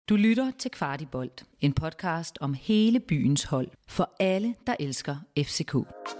Du lytter til Kvartibolt, en podcast om hele byens hold, for alle, der elsker FCK.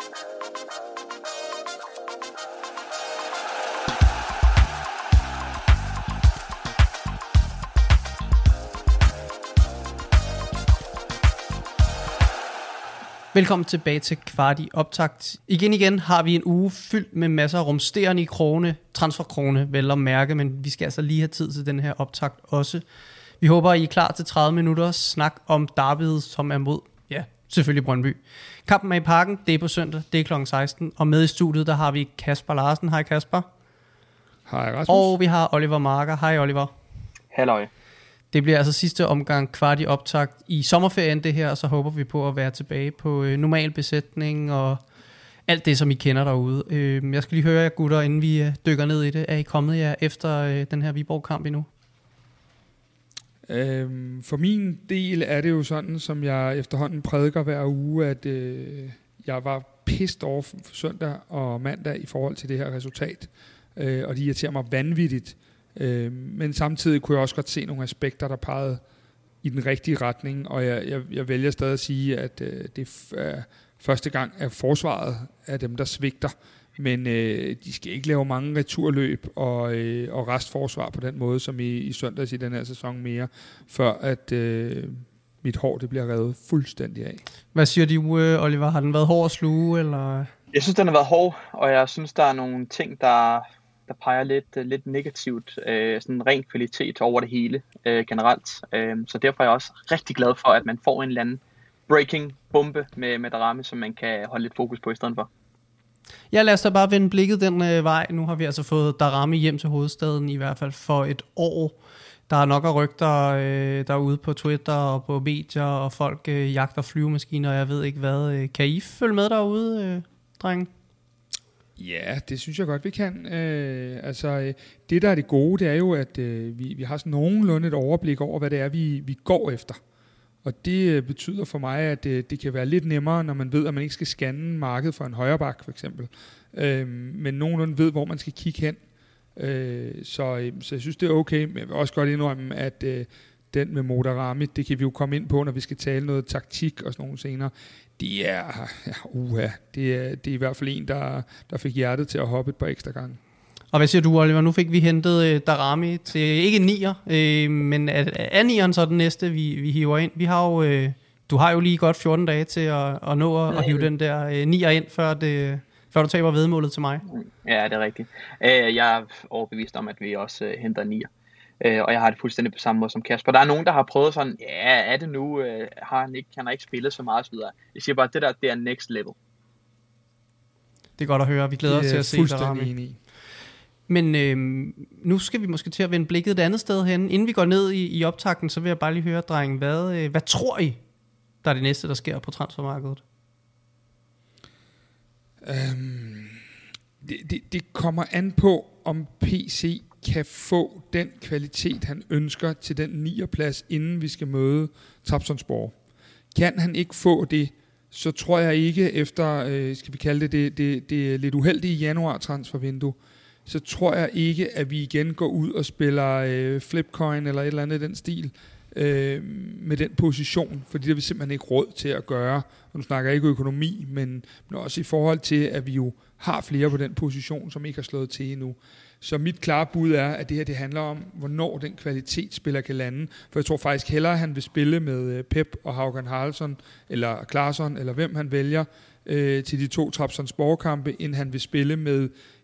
Velkommen tilbage til Kvarti Optakt. Igen har vi en uge fyldt med masser af rumsterende i krone, transferkrone, vel at mærke, men vi skal altså lige have tid til den her optakt også. Vi håber, I er klar til 30 minutter snak om derbyet, som er mod, ja, selvfølgelig Brøndby. Kampen er i Parken, det er på søndag, det er kl. 16, og med i studiet, der har vi Kasper Larsen. Hej Kasper. Hej Rasmus. Og vi har Oliver Marker. Hej Oliver. Halløj. Det bliver altså sidste omgang Kvarti Optakt i sommerferien det her, og så håber vi på at være tilbage på normal besætning og alt det, som I kender derude. Jeg skal lige høre jer gutter, inden vi dykker ned i det. Er I kommet jer efter den her Viborg-kamp endnu? For min del er det jo sådan, som jeg efterhånden prædiker hver uge, at jeg var pissed off søndag og mandag i forhold til det her resultat. Og det irriterer mig vanvittigt. Men samtidig kunne jeg også godt se nogle aspekter, der pegede i den rigtige retning, og jeg vælger stadig at sige, at det er første gang, at forsvaret er dem, der svigter, men de skal ikke lave mange returløb og restforsvar på den måde, som i søndags i den her sæson mere, før at mit hår det bliver revet fuldstændig af. Hvad siger du, Oliver? Har den været hård at sluge? Eller? Jeg synes, den har været hård, og jeg synes, der er nogle ting, der peger lidt negativt, sådan ren kvalitet over det hele generelt. Så derfor er jeg også rigtig glad for, at man får en eller anden breaking bombe med Darami, som man kan holde lidt fokus på i stedet for. Ja, lad os da bare vende blikket den vej. Nu har vi altså fået Darami hjem til hovedstaden, i hvert fald for et år. Der er nok af rygter derude på Twitter og på medier, og folk jagter flyvemaskiner, og jeg ved ikke hvad. Kan I følge med derude, drenge? Ja, det synes jeg godt, vi kan. Det, der er det gode, det er jo, at vi har sådan nogenlunde et overblik over, hvad det er, vi går efter. Og det betyder for mig, at det kan være lidt nemmere, når man ved, at man ikke skal scanne markedet for en højreback, for eksempel. Men nogenlunde ved, hvor man skal kigge hen. Så jeg synes, det er okay. Men jeg vil også godt indrømme, at den med Modarami, det kan vi jo komme ind på, når vi skal tale noget taktik og sådan nogle senere. Det er i hvert fald en, der fik hjertet til at hoppe et par ekstra gange. Og hvad siger du, Oliver? Nu fik vi hentet Darami til, ikke en nier, men er nieren så den næste, vi hiver ind? Vi har jo, du har jo lige godt 14 dage til at nå at hive den der nier ind, før du taber vedmålet til mig. Ja, det er rigtigt. Jeg er overbevist om, at vi også henter nier. Og jeg har det fuldstændig på samme måde som Kasper. Der er nogen, der har prøvet sådan, ja, er det nu? Han har ikke spillet så meget osv. Jeg siger bare, at det er next level. Det er godt at høre. Vi glæder os til at se Darami. Men nu skal vi måske til at vende blikket et andet sted hen. Inden vi går ned i optakten, så vil jeg bare lige høre, drenge, hvad tror I, der er det næste, der sker på transfermarkedet? Det kommer an på, om PC kan få den kvalitet, han ønsker til den 9. plads, inden vi skal møde Trabzonspor. Kan han ikke få det, så tror jeg ikke, efter, skal vi kalde det lidt uheldige januar-transfervindue, så tror jeg ikke, at vi igen går ud og spiller flipcoin eller et eller andet i den stil med den position, fordi det har vi simpelthen ikke råd til at gøre. Og nu snakker jeg ikke økonomi, men også i forhold til, at vi jo har flere på den position, som ikke har slået til endnu. Så mit klare bud er, at det her det handler om, hvornår den kvalitetsspiller kan lande. For jeg tror faktisk hellere, at han vil spille med Pep og Haugen Haraldsson, eller Klarsson, eller hvem han vælger til de 2 Trabzonspor-kampe, end han vil spille med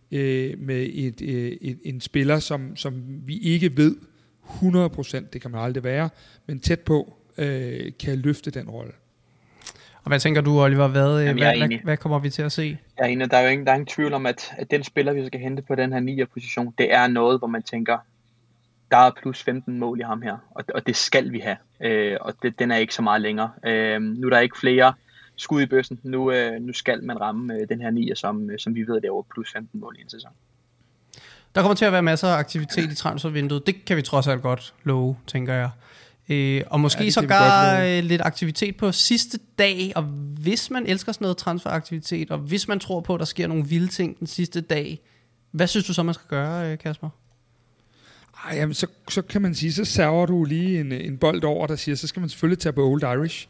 en spiller, som vi ikke ved 100%, det kan man aldrig være, men tæt på kan løfte den rolle. Og hvad tænker du, Oliver? Hvad kommer vi til at se? Jeg er enig. Der er ingen tvivl om, at den spiller, vi skal hente på den her 9. position, det er noget, hvor man tænker, der er plus 15 mål i ham her, og det skal vi have. Og den er ikke så meget længere. Nu er der ikke flere skud i bøssen. Nu skal man ramme den her 9, som vi ved, det er over plus 15 mål i en sæson. Der kommer til at være masser af aktivitet i transfervinduet. Det kan vi trods alt godt love, tænker jeg. Og måske sågar lidt aktivitet på sidste dag, og hvis man elsker sådan noget transferaktivitet, og hvis man tror på, at der sker nogle vilde ting den sidste dag, hvad synes du så, man skal gøre, Kasper? Jamen, så kan man sige, så server du lige en bold over, der siger, så skal man selvfølgelig tage på Old Irish.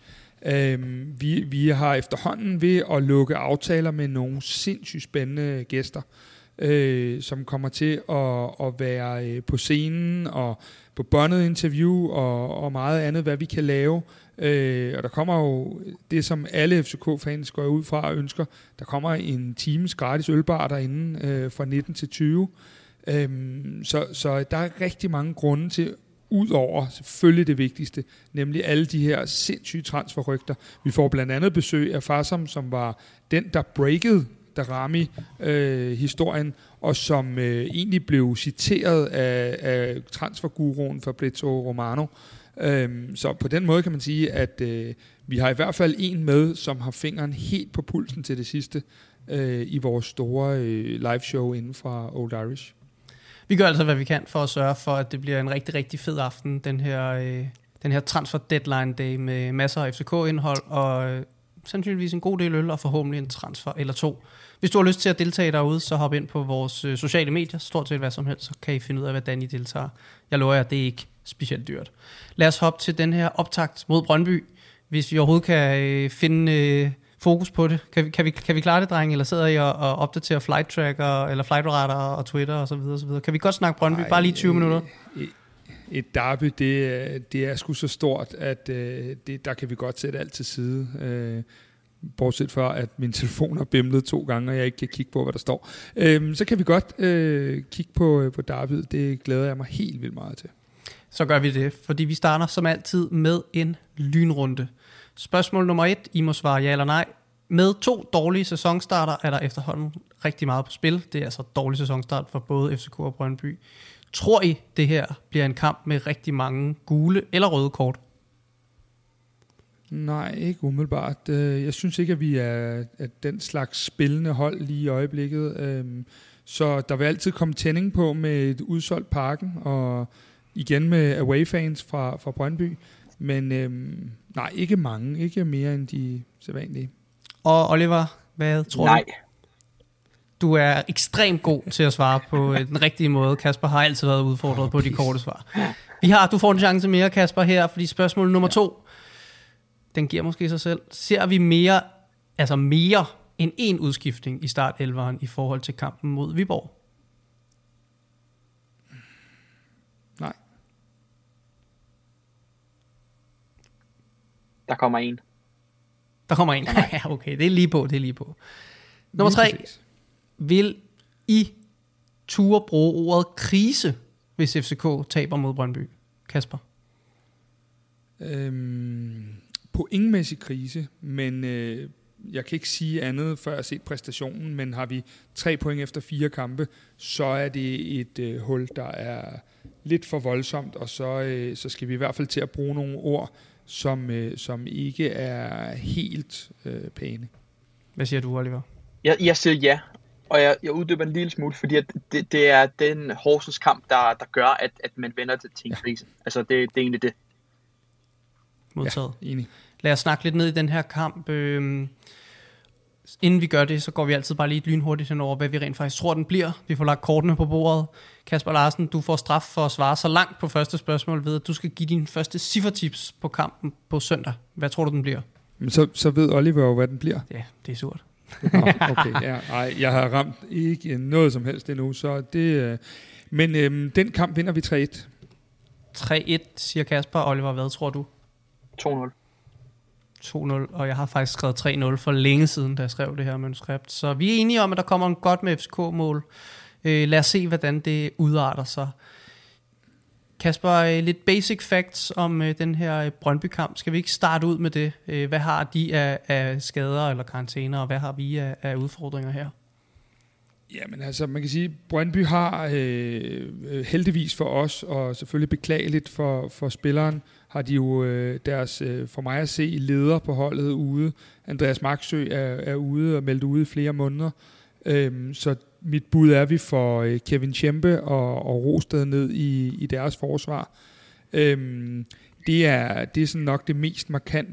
Vi har efterhånden ved at lukke aftaler med nogle sindssygt spændende gæster, som kommer til at være på scenen og på båndet interview og meget andet, hvad vi kan lave. Og der kommer jo det, som alle FCK-fans går ud fra og ønsker. Der kommer en times gratis ølbar derinde fra 19 til 20. Så der er rigtig mange grunde til, udover selvfølgelig det vigtigste, nemlig alle de her sindssyge transferrygter. Vi får blandt andet besøg af Farsam, som var den, der breakede Darami-historien, og som egentlig blev citeret af transferguruen Fabrizio Romano. Så på den måde kan man sige, at vi har i hvert fald en med, som har fingeren helt på pulsen til det sidste i vores store liveshow inden fra Old Irish. Vi gør altså, hvad vi kan for at sørge for, at det bliver en rigtig, rigtig fed aften, den her transfer deadline day med masser af FCK-indhold og sandsynligvis en god del øl og forhåbentlig en transfer eller to. Hvis du har lyst til at deltage derude, så hop ind på vores sociale medier, stort set hvad som helst, så kan I finde ud af, hvordan I deltager. Jeg lover jer, at det er ikke specielt dyrt. Lad os hoppe til den her optakt mod Brøndby, hvis vi overhovedet kan finde fokus på det. Kan vi klare det, drenge, eller sidder I og opdaterer flight tracker, eller flight radar og Twitter og så videre, så videre. Kan vi godt snakke Brøndby, bare lige 20 minutter? Et derby, det er sgu så stort, at der kan vi godt sætte alt til side. Bortset fra, at min telefon har bimlet 2 gange, og jeg ikke kan kigge på, hvad der står. Så kan vi godt kigge på derbyet. Det glæder jeg mig helt vildt meget til. Så gør vi det, fordi vi starter som altid med en lynrunde. Spørgsmål nummer 1, I må svare ja eller nej. Med 2 dårlige sæsonstarter er der efterhånden rigtig meget på spil. Det er altså dårlig sæsonstart for både FCK og Brøndby. Tror I, det her bliver en kamp med rigtig mange gule eller røde kort? Nej, ikke umiddelbart. Jeg synes ikke, at vi er den slags spillende hold lige i øjeblikket. Så der vil altid komme tænding på med et udsolgt Parken, og igen med away-fans fra Brøndby. Men nej, ikke mange. Ikke mere end de sædvanlige. Og Oliver, hvad tror du? Nej. Du er ekstremt god til at svare på den rigtige måde. Kasper har altid været udfordret på de korte svar. Du får en chance mere, Kasper, her, fordi spørgsmål nummer 2, den giver måske sig selv. Ser vi mere end en udskiftning i start 11'eren i forhold til kampen mod Viborg? Nej. Der kommer en. Okay, det er lige på. Nummer 3. Vil I turde bruge ordet krise, hvis FCK taber mod Brøndby? Kasper? Pointmæssig krise, men jeg kan ikke sige andet, før jeg har set præstationen, men har vi 3 point efter 4 kampe, så er det et hul, der er lidt for voldsomt, og så skal vi i hvert fald til at bruge nogle ord, som ikke er helt pæne. Hvad siger du, Oliver? Jeg siger ja, og jeg uddyber en lille smule, fordi at det er den Horsens kamp, der gør, at man vender det til en krise. Altså, det er egentlig det. Modtaget. Ja, enig. Lad os snakke lidt ned i den her kamp. Inden vi gør det, så går vi altid bare lige lynhurtigt henover, hvad vi rent faktisk tror, den bliver. Vi får lagt kortene på bordet. Kasper Larsen, du får straf for at svare så langt på første spørgsmål ved, at du skal give din første ciffertips på kampen på søndag. Hvad tror du, den bliver? Men så ved Oliver jo, hvad den bliver. Ja, det er surt. Okay, ja. Ej, jeg har ramt ikke noget som helst endnu, så det... Men den kamp vinder vi 3-1. 3-1, siger Kasper. Oliver, hvad tror du? 2-0. 2-0, og jeg har faktisk skrevet 3-0 for længe siden, da jeg skrev det her manuskript. Så vi er enige om, at der kommer en godt med FCK-mål. Lad os se, hvordan det udarter sig. Kasper, lidt basic facts om den her Brøndby-kamp. Skal vi ikke starte ud med det? Hvad har de af skader eller karantæner, og hvad har vi af udfordringer her? Jamen altså, man kan sige, Brøndby har heldigvis for os, og selvfølgelig beklageligt for spilleren, har de jo deres, for mig at se, leder på holdet ude. Andreas Marksø er ude og meldt ude i flere måneder. Så mit bud er, at vi får Kevin Tjempe og Rosted ned i deres forsvar. Det er sådan nok det mest markante.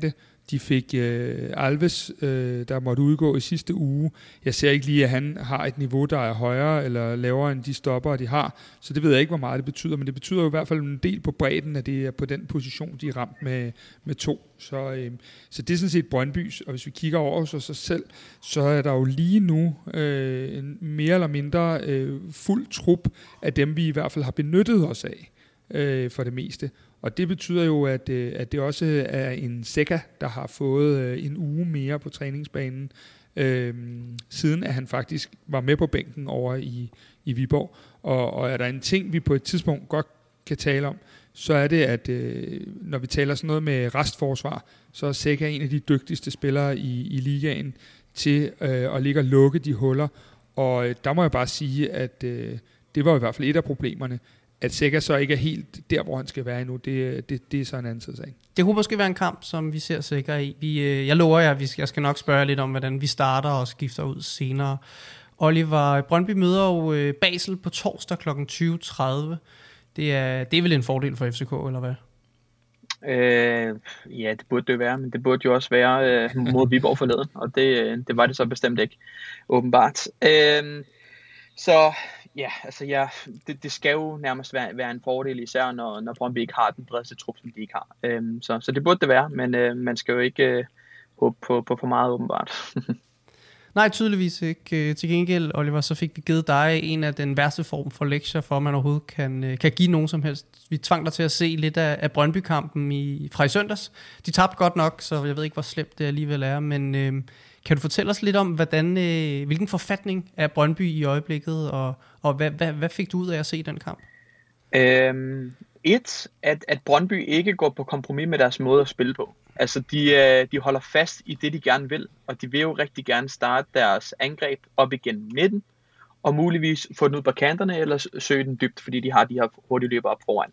De fik Alves, der måtte udgå i sidste uge. Jeg ser ikke lige, at han har et niveau, der er højere eller lavere end de stopper, de har. Så det ved jeg ikke, hvor meget det betyder. Men det betyder jo i hvert fald en del på bredden, at det er på den position, de er ramt med 2. Så det er sådan set Brøndbys. Og hvis vi kigger over sig selv, så er der jo lige nu en mere eller mindre fuld trup af dem, vi i hvert fald har benyttet os af for det meste. Og det betyder jo, at det også er en Zeca, der har fået en uge mere på træningsbanen, siden at han faktisk var med på bænken over i Viborg. Og er der en ting, vi på et tidspunkt godt kan tale om, så er det, at når vi taler sådan noget med restforsvar, så er Zeca en af de dygtigste spillere i ligaen til at ligge og lukke de huller. Og der må jeg bare sige, at det var i hvert fald et af problemerne. At Zeca så ikke er helt der, hvor han skal være endnu, det er så en anden sag. Det kunne måske være en kamp, som vi ser Zeca i. Jeg lover jer, jeg skal nok spørge lidt om, hvordan vi starter og skifter ud senere. Oliver, Brøndby møder jo Basel på torsdag kl. 20.30. Det er vel en fordel for FCK, eller hvad? Ja, det burde det være, men det burde jo også være mod Viborg forleden, og det var det så bestemt ikke, åbenbart. Så ja, altså det skal jo nærmest være en fordel, især når Brøndby ikke har den bredeste trup, som de ikke har. Så det burde det være, men man skal jo ikke håbe på for meget, åbenbart. Nej, tydeligvis ikke. Til gengæld, Oliver, så fik vi givet dig en af den værste form for lektier, for at man overhovedet kan give nogen som helst. Vi tvang dig til at se lidt af Brøndby-kampen fra i søndags. De tabte godt nok, så jeg ved ikke, hvor slemt det alligevel er, men kan du fortælle os lidt om, hvilken forfatning er Brøndby i øjeblikket, og hvad fik du ud af at se den kamp? At Brøndby ikke går på kompromis med deres måde at spille på. Altså, de holder fast i det, de gerne vil, og de vil jo rigtig gerne starte deres angreb op igennem midten, og muligvis få den ud på kanterne, eller søge den dybt, fordi de har de her hurtige løber op foran.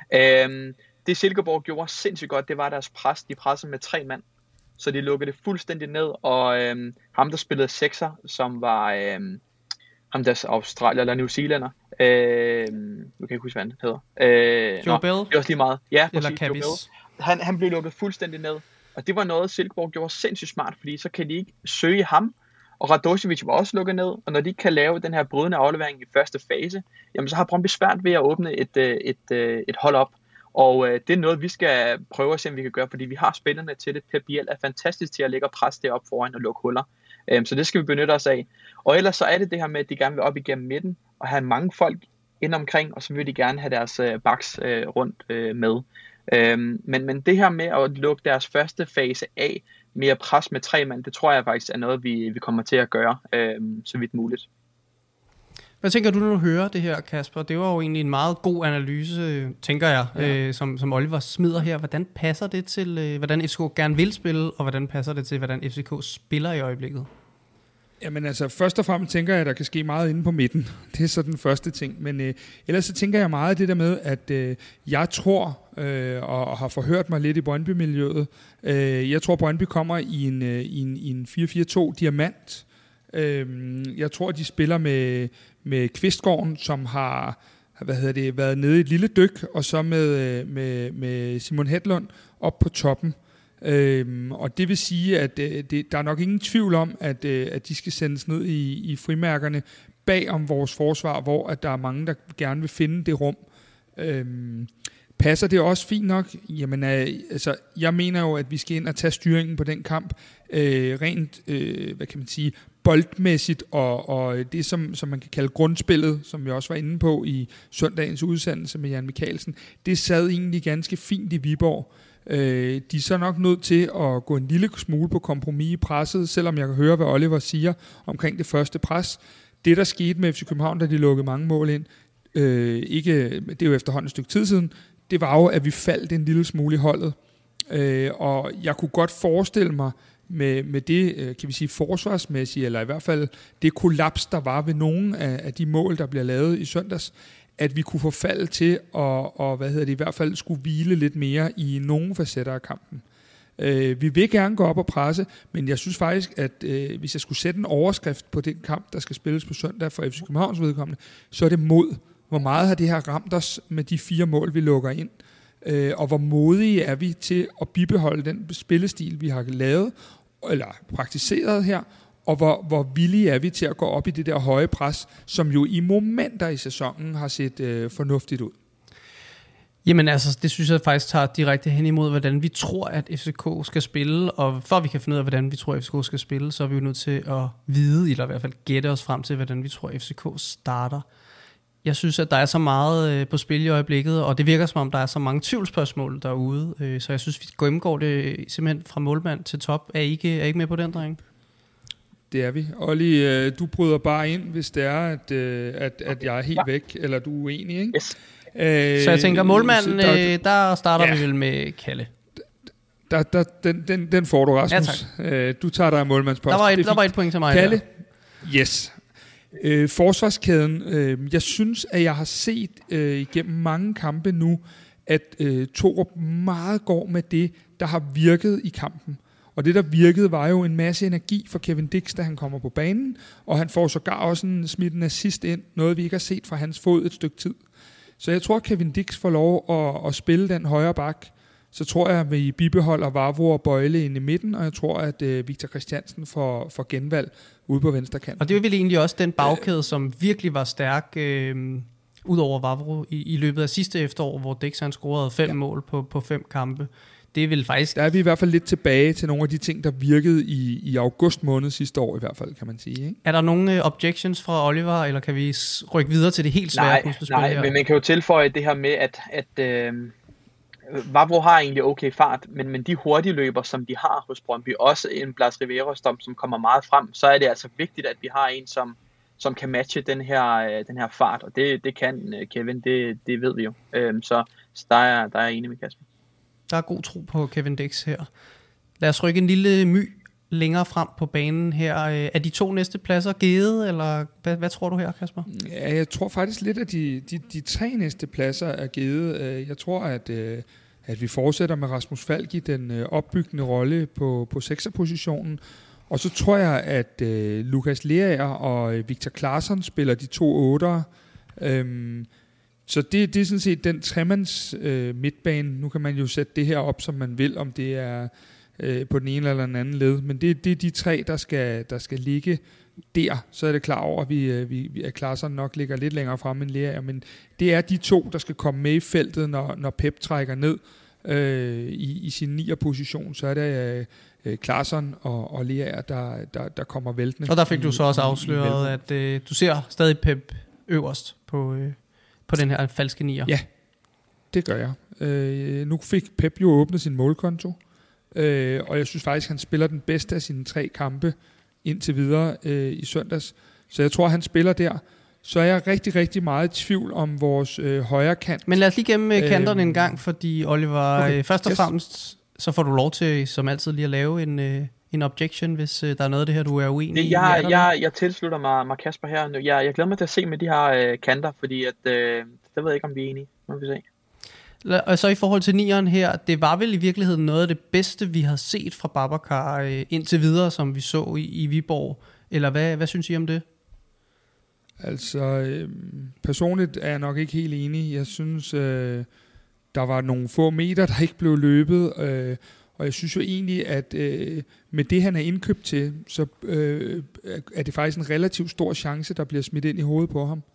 Det Silkeborg gjorde sindssygt godt, det var deres pres. De pressede med 3 mand, så de lukkede det fuldstændig ned, og ham, der spillede 6'er, som var ham der Australier eller New Zealander, nu kan jeg ikke huske, hvad han hedder. Joe Bell? Det er også lige meget. Ja, præcis, eller Cabis. Han blev lukket fuldstændig ned, og det var noget, Silkeborg gjorde sindssygt smart, fordi så kan de ikke søge ham, og Radosevic var også lukket ned, og når de ikke kan lave den her brydende aflevering i første fase, jamen så har Brøndby svært ved at åbne et hold op, og det er noget, vi skal prøve at se, om vi kan gøre, fordi vi har spillerne til det. Pep Biel er fantastisk til at lægge og presse det op foran og lukke huller, så det skal vi benytte os af. Og ellers så er det her med, at de gerne vil op igennem midten, og have mange folk ind omkring, og så vil de gerne have deres backs rundt med. Men det her med at lukke deres første fase af med at presse med 3 mand, det tror jeg faktisk er noget, vi kommer til at gøre så vidt muligt. Hvad tænker du, når du hører det her, Kasper? Det var jo egentlig en meget god analyse, tænker jeg, som Oliver smider her. Hvordan passer det til, hvordan FCK gerne vil spille, og hvordan passer det til, hvordan FCK spiller i øjeblikket? Jamen altså, først og fremmest tænker jeg, at der kan ske meget inde på midten. Det er så den første ting. Men ellers så tænker jeg meget det der med, at jeg tror, og har forhørt mig lidt i Brøndby-miljøet, jeg tror, Brøndby kommer i en 4-4-2 diamant. Jeg tror, de spiller med Kvistgården, som har været nede i et lille dyk, og så med Simon Hedlund op på toppen. Og det vil sige, at der er nok ingen tvivl om, at de skal sendes ned i frimærkerne bag om vores forsvar, hvor at der er mange, der gerne vil finde det rum. Passer det også fint nok? Jamen, altså, jeg mener jo, at vi skal ind og tage styringen på den kamp, rent, hvad kan man sige, boldmæssigt, og det, som man kan kalde grundspillet, som vi også var inde på i søndagens udsendelse med Jan Mikkelsen, det sad egentlig ganske fint i Viborg. De er så nok nødt til at gå en lille smule på kompromis i presset, selvom jeg kan høre, hvad Oliver siger omkring det første pres. Det, der skete med FC København, da de lukkede mange mål ind, det er jo efterhånden et stykke tid siden, det var jo, at vi faldt en lille smule i holdet. Og jeg kunne godt forestille mig, med det, kan vi sige, forsvarsmæssige, eller i hvert fald det kollaps, der var ved nogle af de mål, der bliver lavet i søndags, at vi kunne få faldet til at i hvert fald skulle hvile lidt mere i nogle facetter af kampen. Vi vil gerne gå op og presse, men jeg synes faktisk, at hvis jeg skulle sætte en overskrift på den kamp, der skal spilles på søndag for FC Københavns vedkommende, så er det mod. Hvor meget har det her ramt os med de 4 mål, vi lukker ind? og hvor modige er vi til at bibeholde den spillestil, vi har lavet, eller praktiseret her, og hvor villige er vi til at gå op i det der høje pres, som jo i momenter i sæsonen har set fornuftigt ud. Jamen altså, det synes jeg faktisk tager direkte hen imod, hvordan vi tror, at FCK skal spille, og for at vi kan finde ud af, hvordan vi tror, at FCK skal spille, så er vi jo nødt til at vide, eller i hvert fald gætte os frem til, hvordan vi tror, at FCK starter. Jeg synes, at der er så meget på spil i øjeblikket, og det virker som om, der er så mange tvivlsspørgsmål derude, så jeg synes, vi gennemgår det simpelthen fra målmand til top. Er I ikke med på den, dreng? Det er vi. Olli, du bryder bare ind, hvis det er, at jeg er helt væk, eller du er uenig, ikke? Yes. Så jeg tænker, målmanden, der starter vi vel med Kalle. Den får du, Rasmus. Ja, du tager dig af målmandspost. Der var et point til mig. Kalle, der. Yes. Forsvarskæden. Jeg synes, at jeg har set igennem mange kampe nu, at Thorup meget går med det, der har virket i kampen. Og det, der virkede, var jo en masse energi for Kevin Dix, da han kommer på banen, og han får sågar også smidt en assist ind, noget vi ikke har set fra hans fod et stykke tid. Så jeg tror, at Kevin Dix får lov at spille den højre bak. Så tror jeg, at vi bibeholder Vavro og Bøjle inde i midten, og jeg tror, at Victor Christiansen får genvalg ude på venstre kant. Og det er vel egentlig også den bagkæde, som virkelig var stærk, ud over Vavro i løbet af sidste efterår, hvor Dix han scorede 5 mål på 5 kampe. Det er vel faktisk... Der er vi i hvert fald lidt tilbage til nogle af de ting, der virkede i august måned sidste år i hvert fald, kan man sige. Ikke? Er der nogle objections fra Oliver, eller kan vi rykke videre til det helt svære puslespil her? Nej, men man kan jo tilføje det her med, at Vavro har egentlig okay fart, men de hurtige løber, som de har hos Brøndby, også en Blas Riveros, som kommer meget frem, så er det altså vigtigt, at vi har en, som kan matche den her fart, og det kan Kevin, det ved vi jo. Så der er jeg enig med Kasper. Der er god tro på Kevin Dix her. Lad os rykke en lille my længere frem på banen her. Er de 2 næste pladser givet, eller hvad tror du her, Kasper? Ja, jeg tror faktisk lidt, at de 3 næste pladser er givet. Jeg tror, at vi fortsætter med Rasmus Falk i den opbyggende rolle på 6'er-positionen. Og så tror jeg, at Lukas Lerager og Victor Claesson spiller de 2 8'ere. Så det er sådan set den tremands midtbane. Nu kan man jo sætte det her op, som man vil, om det er på den ene eller den anden led. Men det er de 3, der skal ligge der. Så er det klar over, at Claesson nok ligger lidt længere frem end Lerager. Men det er de 2, der skal komme med i feltet, når Pep trækker ned i sin 9'er-position. Så er det Claesson og Lerager, der kommer væltende. Og der fik du så også afsløret, at du ser stadig Pep øverst på den her falske 9'er. Ja, det gør jeg. Nu fik Pep jo åbnet sin målkonto, og jeg synes faktisk, han spiller den bedste af sine 3 kampe indtil videre i søndags. Så jeg tror, han spiller der. Så er jeg rigtig, rigtig meget i tvivl om vores højre kant. Men lad os lige gemme kanterne en gang, fordi Oliver, først og fremmest, så får du lov til, som altid, lige at lave en objection, hvis der er noget af det her, du er uenig i. Jeg tilslutter mig Kasper her. Jeg glæder mig til at se med de her kanter, fordi at, det ved jeg ikke, om vi er enige. Må vi se. Og så i forhold til 9'eren her, det var vel i virkeligheden noget af det bedste, vi har set fra Babacar indtil videre, som vi så i Viborg. Eller hvad synes I om det? Altså, personligt er jeg nok ikke helt enig. Jeg synes, der var nogle få meter, der ikke blev løbet, og jeg synes jo egentlig, at med det, han er indkøbt til, så er det faktisk en relativt stor chance, der bliver smidt ind i hovedet på ham.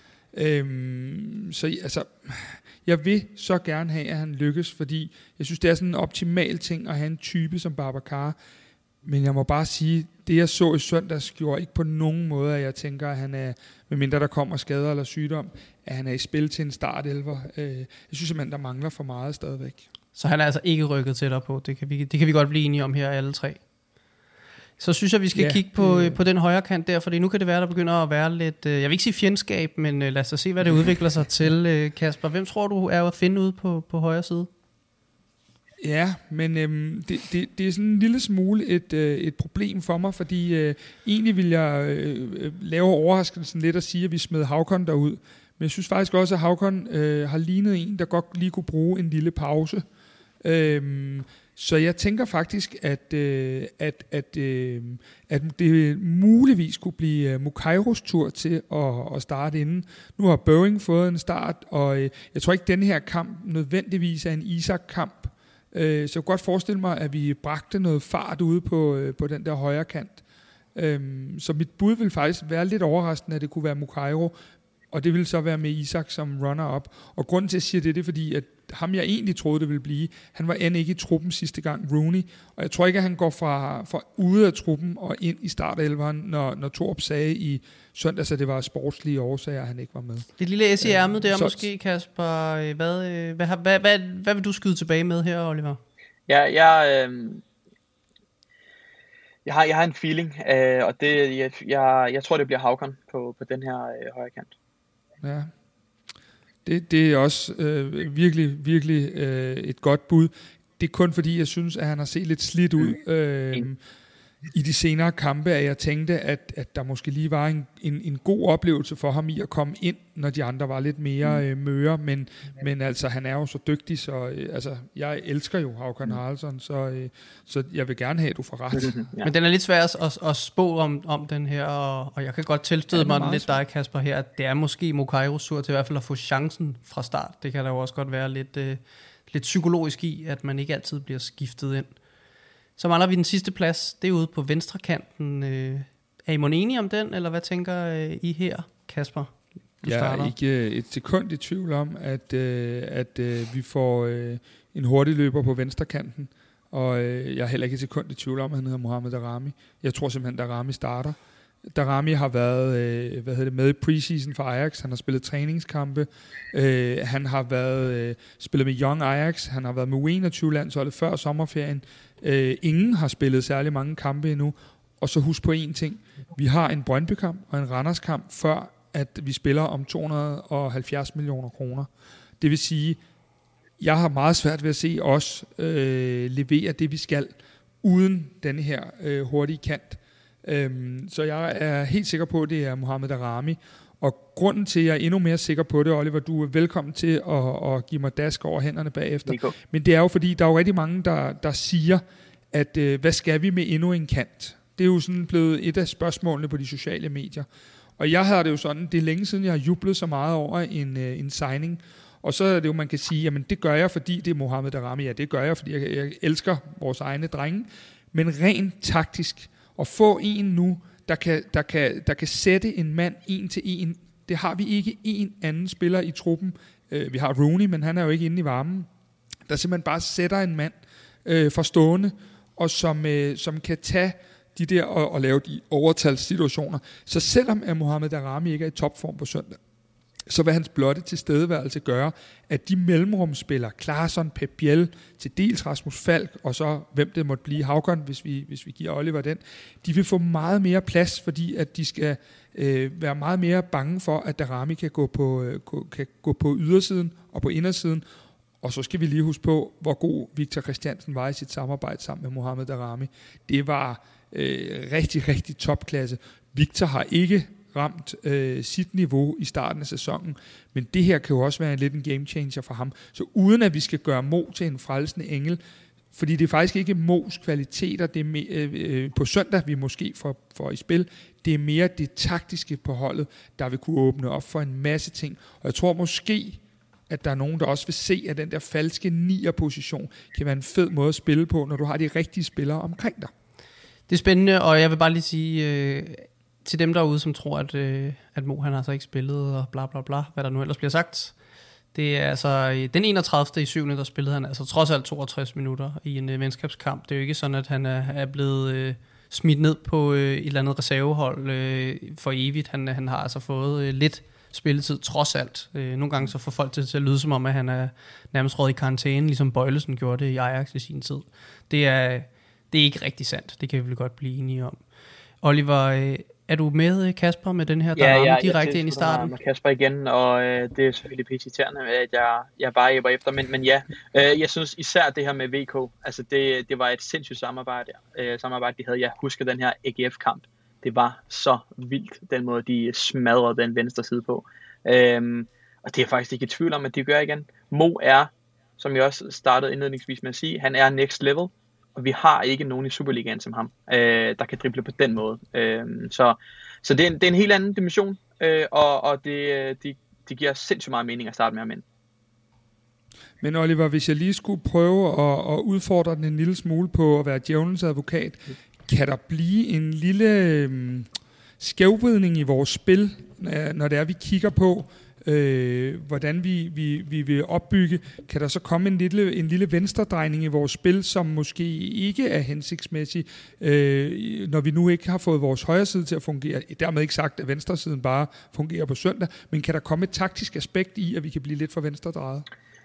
Så altså, jeg vil så gerne have, at han lykkes, fordi jeg synes, det er sådan en optimal ting at have en type som Babacar. Men jeg må bare sige, det jeg så i søndags gjorde ikke på nogen måde, at jeg tænker, at han er, medmindre der kommer skader eller sygdom, at han er i spil til en startelver. Jeg synes simpelthen, der mangler for meget stadigvæk. Så han er altså ikke rykket tættere på. Det kan vi godt blive enige om her alle 3. Så synes jeg, vi skal kigge på den højre kant der, fordi nu kan det være, der begynder at være lidt, jeg vil ikke sige fjendskab, men lad os se, hvad det udvikler sig til, Kasper. Hvem tror du er at finde ude på højre side? Ja, men det er sådan en lille smule et problem for mig, fordi egentlig vil jeg lave overraskelsen lidt at sige, at vi smed Haukon derud. Men jeg synes faktisk også, at Haukon har lignet en, der godt lige kunne bruge en lille pause. Så jeg tænker faktisk, at det muligvis kunne blive Mukairos tur til at starte inden. Nu har Boeing fået en start, og jeg tror ikke, at denne her kamp nødvendigvis er en Isak-kamp. Så jeg kunne godt forestille mig, at vi bragte noget fart ude på den der højre kant. Så mit bud vil faktisk være lidt overraskende, at det kunne være Mukairo, og det vil så være med Isak som runner-up. Og grunden til, at jeg siger det er fordi, at ham jeg egentlig troede, det ville blive, han var end ikke i truppen sidste gang, Rooney. Og jeg tror ikke, at han går fra ude af truppen og ind i startelveren, når Torp sagde i søndags, at det var sportslige årsager, at han ikke var med. Det lille S i ærmet der måske, Kasper. Hvad vil du skyde tilbage med her, Oliver? Ja, jeg har en feeling, og det, jeg tror, det bliver Haukan på den her højre kant. Ja, det er også virkelig, virkelig et godt bud. Det er kun fordi, jeg synes, at han har set lidt slidt ud i de senere kampe, at jeg tænkte, at der måske lige var en god oplevelse for ham i at komme ind, når de andre var lidt mere møre, men altså, han er jo så dygtig, så altså, jeg elsker jo Haukan Haraldsson, så jeg vil gerne have, at du får ret. Men den er lidt svær at spå om den her, og jeg kan godt tilstøde mig lidt dig, Kasper, her, at det er måske Mukairos tur til i hvert fald at få chancen fra start. Det kan der jo også godt være lidt psykologisk i, at man ikke altid bliver skiftet ind. Så mangler vi den sidste plads, det er ude på venstre kanten. Er I enige om den, eller hvad tænker I her, Kasper? Jeg er ikke et sekund i tvivl om, at vi får en hurtig løber på venstre kanten, og jeg er heller ikke et sekund i tvivl om, at han hedder Mohamed Daramy. Jeg tror simpelthen, at Daramy starter. Daramy har været med i preseason for Ajax. Han har spillet træningskampe. Han har spillet med Young Ajax. Han har været med U21-landsholdet før sommerferien. Ingen har spillet særlig mange kampe endnu. Og så husk på én ting. Vi har en Brøndby-kamp og en Randers-kamp, før at vi spiller om 270 millioner kroner. Det vil sige, jeg har meget svært ved at se os levere det, vi skal, uden denne her hurtige kant. Så jeg er helt sikker på, at det er Mohamed Daramy. Og grunden til, at jeg er endnu mere sikker på det, Oliver, du er velkommen til at give mig dask over hænderne bagefter. Men det er jo fordi, der er jo rigtig mange, der siger, at hvad skal vi med endnu en kant? Det er jo sådan blevet et af spørgsmålene på de sociale medier. Og jeg har det jo sådan, det er længe siden, jeg har jublet så meget over en signing. Og så er det jo, man kan sige, jamen det gør jeg, fordi det er Mohamed Daramy. Ja, det gør jeg, fordi jeg elsker vores egne drenge. Men rent taktisk, at få en nu, der kan sætte en mand 1-1, det har vi ikke en anden spiller i truppen. Vi har Rooney, men han er jo ikke inde i varmen. Der simpelthen bare sætter en mand for stående, og som kan tage de der og lave de overtalssituationer. Så selvom at Mohamed Daramy ikke er i topform på søndag, så vil hans blotte tilstedeværelse gøre, at de mellemrumspillere, Klaarsson, Pep Biel, til dels Rasmus Falk, og så hvem det måtte blive, Haukan, hvis vi giver Oliver den, de vil få meget mere plads, fordi at de skal være meget mere bange for, at Daramy kan gå på ydersiden og på indersiden. Og så skal vi lige huske på, hvor god Victor Christiansen var i sit samarbejde sammen med Mohamed Daramy. Det var rigtig, rigtig topklasse. Victor har ikke ramt sit niveau i starten af sæsonen, men det her kan jo også være lidt en game changer for ham. Så uden at vi skal gøre Mo til en frelsende engel, fordi det er faktisk ikke Mo's kvaliteter, det er på søndag vi måske får i spil, det er mere det taktiske på holdet, der vil kunne åbne op for en masse ting. Og jeg tror måske, at der er nogen, der også vil se, at den der falske 9'er-position kan være en fed måde at spille på, når du har de rigtige spillere omkring dig. Det er spændende, og jeg vil bare lige sige til dem derude, som tror, at Mo han har så ikke spillet, og bla bla bla, hvad der nu ellers bliver sagt. Det er altså den 31. i 7. der spillede han altså trods alt 62 minutter i en venskabskamp. Det er jo ikke sådan, at han er blevet smidt ned på et eller andet reservehold for evigt. Han har altså fået lidt spilletid trods alt. Nogle gange så får folk til at lyde som om, at han er nærmest råd i karantæne, ligesom Bøjlesen gjorde det i Ajax i sin tid. Det er ikke rigtig sandt. Det kan vi vel godt blive enige om. Oliver, er du med, Kasper, med den her, der rammer direkte ind i starten? Med Kasper igen, og det er selvfølgelig pisseirriterende, at jeg bare hjælper efter, men ja, jeg synes især det her med VK, altså det var et sindssygt samarbejde, de havde. Jeg husker den her AGF-kamp, det var så vildt, den måde de smadrede den venstre side på, og det er faktisk ikke i tvivl om, at de gør igen. Mo er som jeg også startede indledningsvis med at sige, han er next level, og vi har ikke nogen i Superligaen som ham, der kan drible på den måde. Så det er en helt anden dimension, og det giver sindssygt meget mening at starte med ham ind. Men Oliver, hvis jeg lige skulle prøve at udfordre den en lille smule på at være djævelens advokat, kan der blive en lille skævvridning i vores spil, når det er, vi kigger på, hvordan vi vil opbygge? Kan der så komme en lille venstredrejning i vores spil, som måske ikke er hensigtsmæssig, når vi nu ikke har fået vores højre side til at fungere? Dermed ikke sagt, at venstre siden bare fungerer på søndag, men kan der komme et taktisk aspekt i, at vi kan blive lidt for venstredrejet?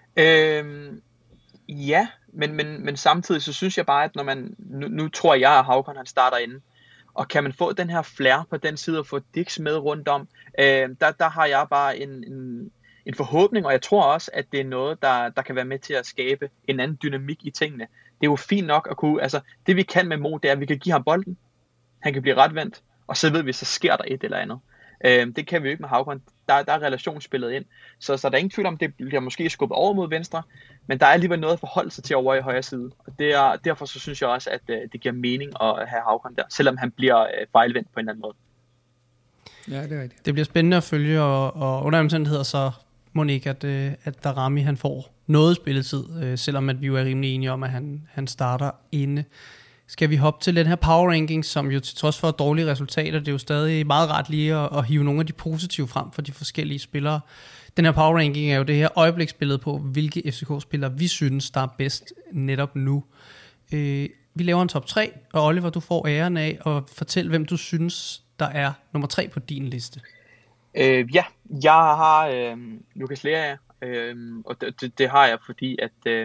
Ja, men samtidig så synes jeg bare, at når man nu tror jeg, at Haucon han starter inde, og kan man få den her flair på den side og få Dix med rundt om, der har jeg bare en forhåbning, og jeg tror også, at det er noget, der kan være med til at skabe en anden dynamik i tingene. Det er jo fint nok at kunne, altså det vi kan med Mo, det er, at vi kan give ham bolden, han kan blive retvendt, og så ved vi, så sker der et eller andet. Det kan vi jo ikke med Haucon. Der er relationsspillet ind. Så der er ingen tvivl om, det bliver måske skubbet over mod venstre, men der er alligevel noget at forholde sig til over i højre side. Og derfor så synes jeg også, at det giver mening at have Haucon der, selvom han bliver fejlvendt på en eller anden måde. Ja, det er rigtigt. Det bliver spændende at følge, og under omstændigheder så må ikke, at Daramy han får noget spilletid, selvom at vi jo er rimelig enige om, at han starter inde. Skal vi hoppe til den her power ranking, som jo til trods for dårlige resultater, det er jo stadig meget ret lige at hive nogle af de positive frem for de forskellige spillere. Den her power ranking er jo det her øjebliksbillede på, hvilke FCK-spillere vi synes, der er bedst netop nu. Vi laver en top 3, og Oliver, du får æren af at fortælle, hvem du synes, der er nummer 3 på din liste. Ja, jeg har Lucas Lea, og det har jeg, fordi at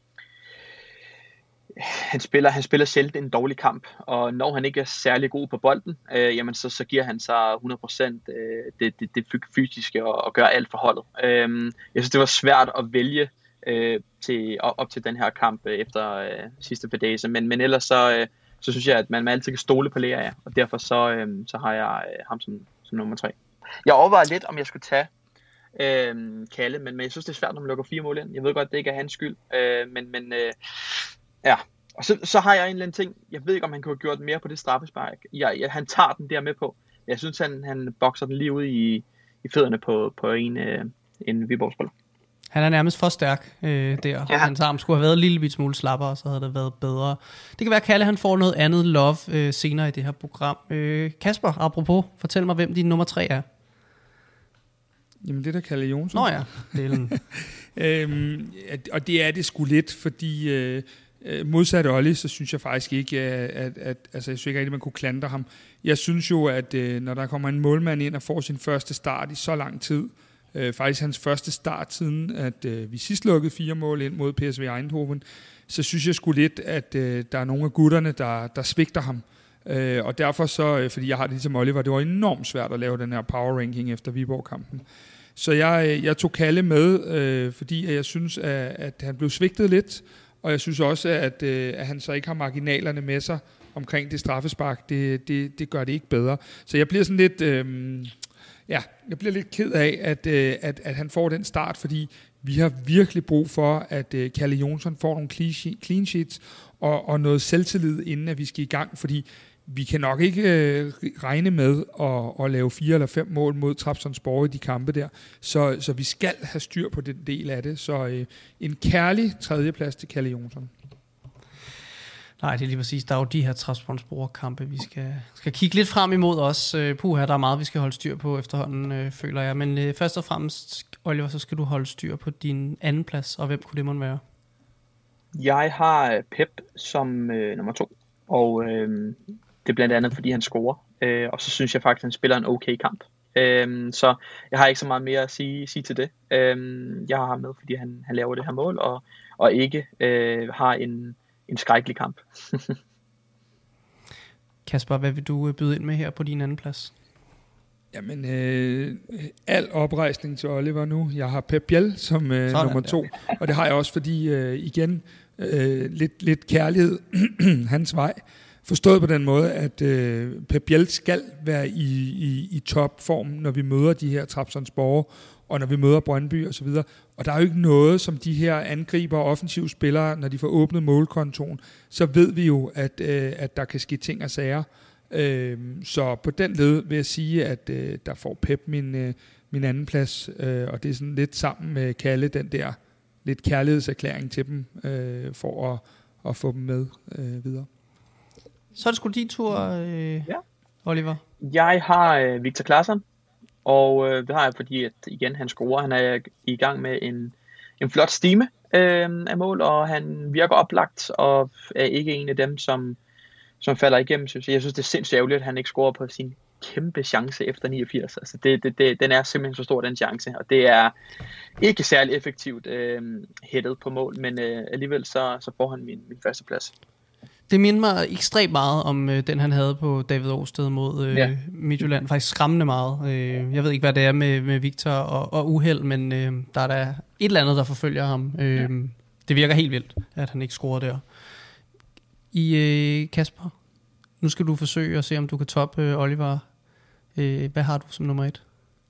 han spiller sjældent en dårlig kamp, og når han ikke er særlig god på bolden, jamen så giver han sig 100% det fysiske og gør alt for holdet. Jeg synes, det var svært at vælge op til den her kamp efter sidste par dage, men ellers så synes jeg, at man altid kan stole på Lea, og derfor så har jeg ham som nummer 3. Jeg overvejede lidt, om jeg skulle tage Kalle, men jeg synes, det er svært, når man lukker 4 mål ind. Jeg ved godt, det ikke er hans skyld, men ja. Og så har jeg en eller anden ting. Jeg ved ikke, om han kunne have gjort mere på det straffespark. Han tager den der med på. Jeg synes, han bokser den lige ud i fødderne på en Viborg-spiller. Han er nærmest for stærk der. Ja. Hans arm skulle have været en lille smule slappere, så havde det været bedre. Det kan være, at Kalle han får noget andet love senere i det her program. Kasper, apropos, fortæl mig, hvem din nummer 3 er. Jamen det der Kalle Jonsson. Nå ja, og det er det sgu lidt, fordi modsat Olli, så synes jeg faktisk ikke, at jeg synes ikke rigtig, man kunne klandre ham. Jeg synes jo, at når der kommer en målmand ind og får sin første start i så lang tid, faktisk hans første start siden, at vi sidst lukkede 4 mål ind mod PSV Eindhoven, så synes jeg sgu lidt, at der er nogle af gutterne, der svigter ham. Og derfor så, fordi jeg har det ligesom Oliver, det var enormt svært at lave den her power ranking efter Viborg-kampen. Så jeg tog Kalle med, fordi jeg synes, at han blev svigtet lidt, og jeg synes også, at han så ikke har marginalerne med sig omkring det straffespark. Det gør det ikke bedre. Så jeg bliver sådan lidt, jeg bliver lidt ked af, at han får den start, fordi vi har virkelig brug for, at Kalle Jonsson får nogle clean sheets og noget selvtillid, inden at vi skal i gang, fordi vi kan nok ikke regne med at lave 4 eller 5 mål mod Trabzonspor i de kampe der. Så vi skal have styr på den del af det. Så en kærlig 3. plads til Kalle Jonsson. Nej, det er lige præcis. Der er jo de her Trabzonspor-kampe, vi skal kigge lidt frem imod os. Puha, der er meget, vi skal holde styr på efterhånden, føler jeg. Men først og fremmest, Oliver, så skal du holde styr på din anden plads, og hvem kunne det måtte være? Jeg har Pep som nummer 2, og det er blandt andet, fordi han scorer. Og så synes jeg faktisk, at han spiller en okay kamp. Så jeg har ikke så meget mere at sige til det. Jeg har ham med, fordi han laver det her mål, og ikke har en skrækkelig kamp. Kasper, hvad vil du byde ind med her på din anden plads? Jamen, al oprejsning til Oliver nu. Jeg har Pep Biel som nummer 2, og det har jeg også, fordi igen, lidt kærlighed hans vej. Forstået på den måde, at Pep Biel skal være i topform, når vi møder de her Trabzonspor, og når vi møder Brøndby og så videre. Og der er jo ikke noget, som de her angriber og offensive spillere, når de får åbnet målkontoen, så ved vi jo, at der kan ske ting og sager. Så på den led vil jeg sige, at der får Pep min anden plads, og det er sådan lidt sammen med Kalle, den der lidt kærlighedserklæring til dem, for at få dem med videre. Så er det sgu din tur, Oliver. Jeg har Victor Claesson, og det har jeg, fordi at igen han scorer. Han er i gang med en flot stime af mål, og han virker oplagt, og er ikke en af dem, som falder igennem. Jeg synes, det er sindssygt ærgerligt, at han ikke scorer på sin kæmpe chance efter 89. Altså den er simpelthen så stor, den chance, og det er ikke særlig effektivt hættet på mål, men alligevel så får han min første plads. Det minder mig ekstremt meget om den, han havde på David Åsted mod Midtjylland. Faktisk skræmmende meget. Jeg ved ikke, hvad det er med Victor og uheld, men der er der et eller andet, der forfølger ham. Det virker helt vildt, at han ikke scorer der. Kasper, nu skal du forsøge at se, om du kan toppe Oliver. Hvad har du som nummer 1?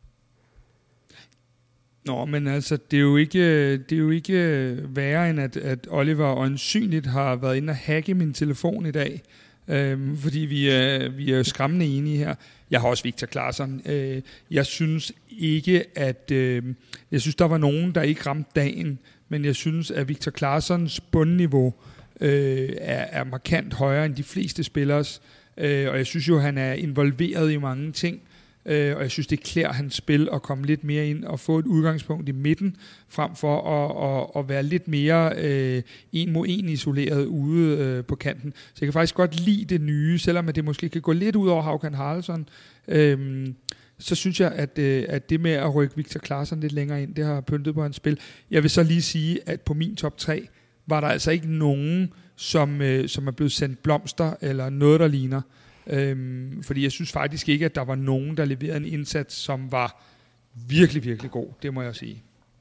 Nå, men altså, det er jo ikke værre, end at Oliver øjensynligt har været inde og hacke min telefon i dag, fordi vi er skræmmende enige her. Jeg har også Victor Claesson. Jeg synes ikke, jeg synes, der var nogen, der ikke ramte dagen, men jeg synes, at Victor Claessons bundniveau er markant højere end de fleste spillers, og jeg synes jo, han er involveret i mange ting, og jeg synes, det klæder hans spil at komme lidt mere ind og få et udgangspunkt i midten, frem for at være lidt mere en mod en isoleret ude på kanten. Så jeg kan faktisk godt lide det nye, selvom at det måske kan gå lidt ud over Håkan Haraldsson. Så synes jeg, at det med at rykke Victor Claesson lidt længere ind, det har pyntet på hans spil. Jeg vil så lige sige, at på min top 3 var der altså ikke nogen, som er blevet sendt blomster eller noget, der ligner. Fordi jeg synes faktisk ikke, at der var nogen, der leverede en indsats, som var virkelig, virkelig god. Det må jeg sige.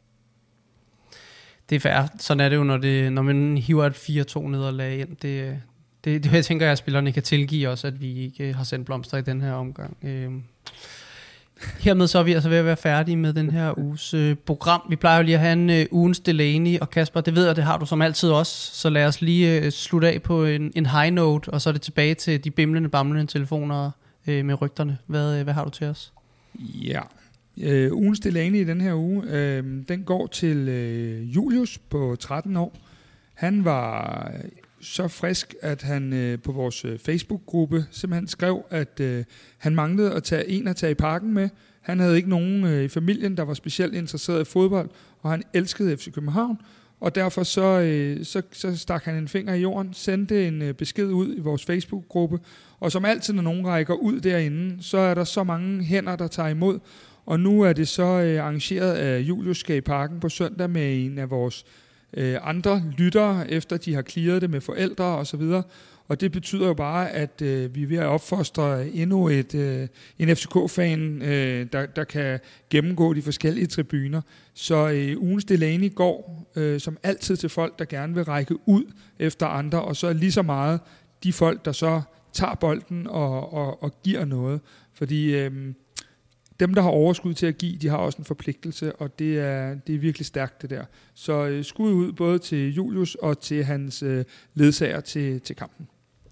Det er fair. Sådan er det jo, når man hiver et 4-2 nederlag ind. Det jeg tænker, at spillerne kan tilgive os, at vi ikke har sendt blomster i den her omgang. Hermed så er vi altså ved at være færdige med den her uges program. Vi plejer jo lige at have en ugens Delaney, og Kasper, det ved jeg, det har du som altid også, så lad os lige slutte af på en high note, og så er det tilbage til de bamlende telefoner med rygterne. Hvad har du til os? Ja, ugens Delaney i den her uge, den går til Julius på 13 år. Han var så frisk, at han på vores Facebook-gruppe simpelthen skrev, at han manglede at tage i parken med. Han havde ikke nogen i familien, der var specielt interesseret i fodbold, og han elskede FC København, og derfor så stak han en finger i jorden, sendte en besked ud i vores Facebook-gruppe, og som altid, når nogen rækker ud derinde, så er der så mange hænder, der tager imod, og nu er det så arrangeret, at Julius skal i parken på søndag med en af vores andre lyttere, efter de har clearet det med forældre og så videre. Og det betyder jo bare, at vi er ved at opfostre endnu en FCK-fan, der kan gennemgå de forskellige tribuner. Så ugens Delaney går som altid til folk, der gerne vil række ud efter andre, og så lige så meget de folk, der så tager bolden og giver noget. Fordi dem, der har overskud til at give, de har også en forpligtelse, og det er virkelig stærkt, det der. Så skud ud både til Julius og til hans ledsager til kampen.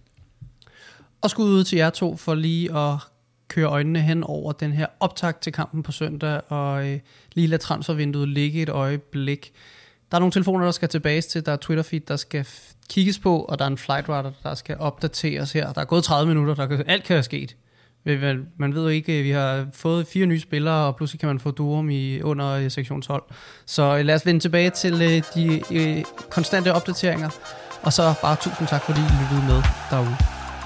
Og skud ud til jer to for lige at køre øjnene hen over den her optakt til kampen på søndag, og lige lade transfervinduet ligge et øjeblik. Der er nogle telefoner, der skal tilbage til, der er Twitter-feed, der skal kigges på, og der er en flight radar, der skal opdateres her. Der er gået 30 minutter, alt kan have sket. Man ved jo ikke, vi har fået 4 nye spillere, og pludselig kan man få Durum under sektion 12. Så lad os vende tilbage til de konstante opdateringer, og så bare tusind tak, fordi I lyttede med derude.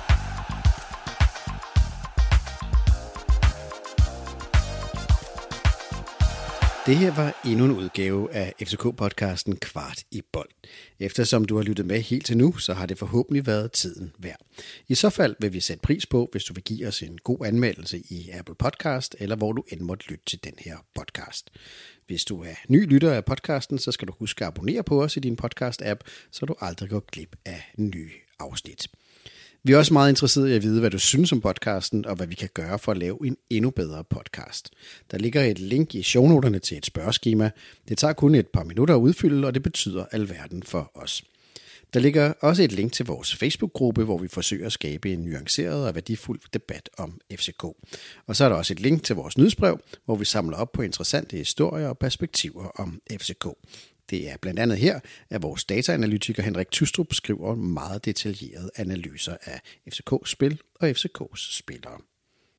Det her var endnu en udgave af FCK-podcasten Kvart i bold. Eftersom du har lyttet med helt til nu, så har det forhåbentlig været tiden værd. I så fald vil vi sætte pris på, hvis du vil give os en god anmeldelse i Apple Podcast, eller hvor du end måtte lytte til den her podcast. Hvis du er ny lytter af podcasten, så skal du huske at abonnere på os i din podcast-app, så du aldrig går glip af nye afsnit. Vi er også meget interesserede i at vide, hvad du synes om podcasten, og hvad vi kan gøre for at lave en endnu bedre podcast. Der ligger et link i shownoterne til et spørgeskema. Det tager kun et par minutter at udfylde, og det betyder alverden for os. Der ligger også et link til vores Facebook-gruppe, hvor vi forsøger at skabe en nuanceret og værdifuld debat om FCK. Og så er der også et link til vores nyhedsbrev, hvor vi samler op på interessante historier og perspektiver om FCK. Det er blandt andet her, at vores dataanalytiker Henrik Tystrup skriver meget detaljerede analyser af FCK's spil og FCK's spillere.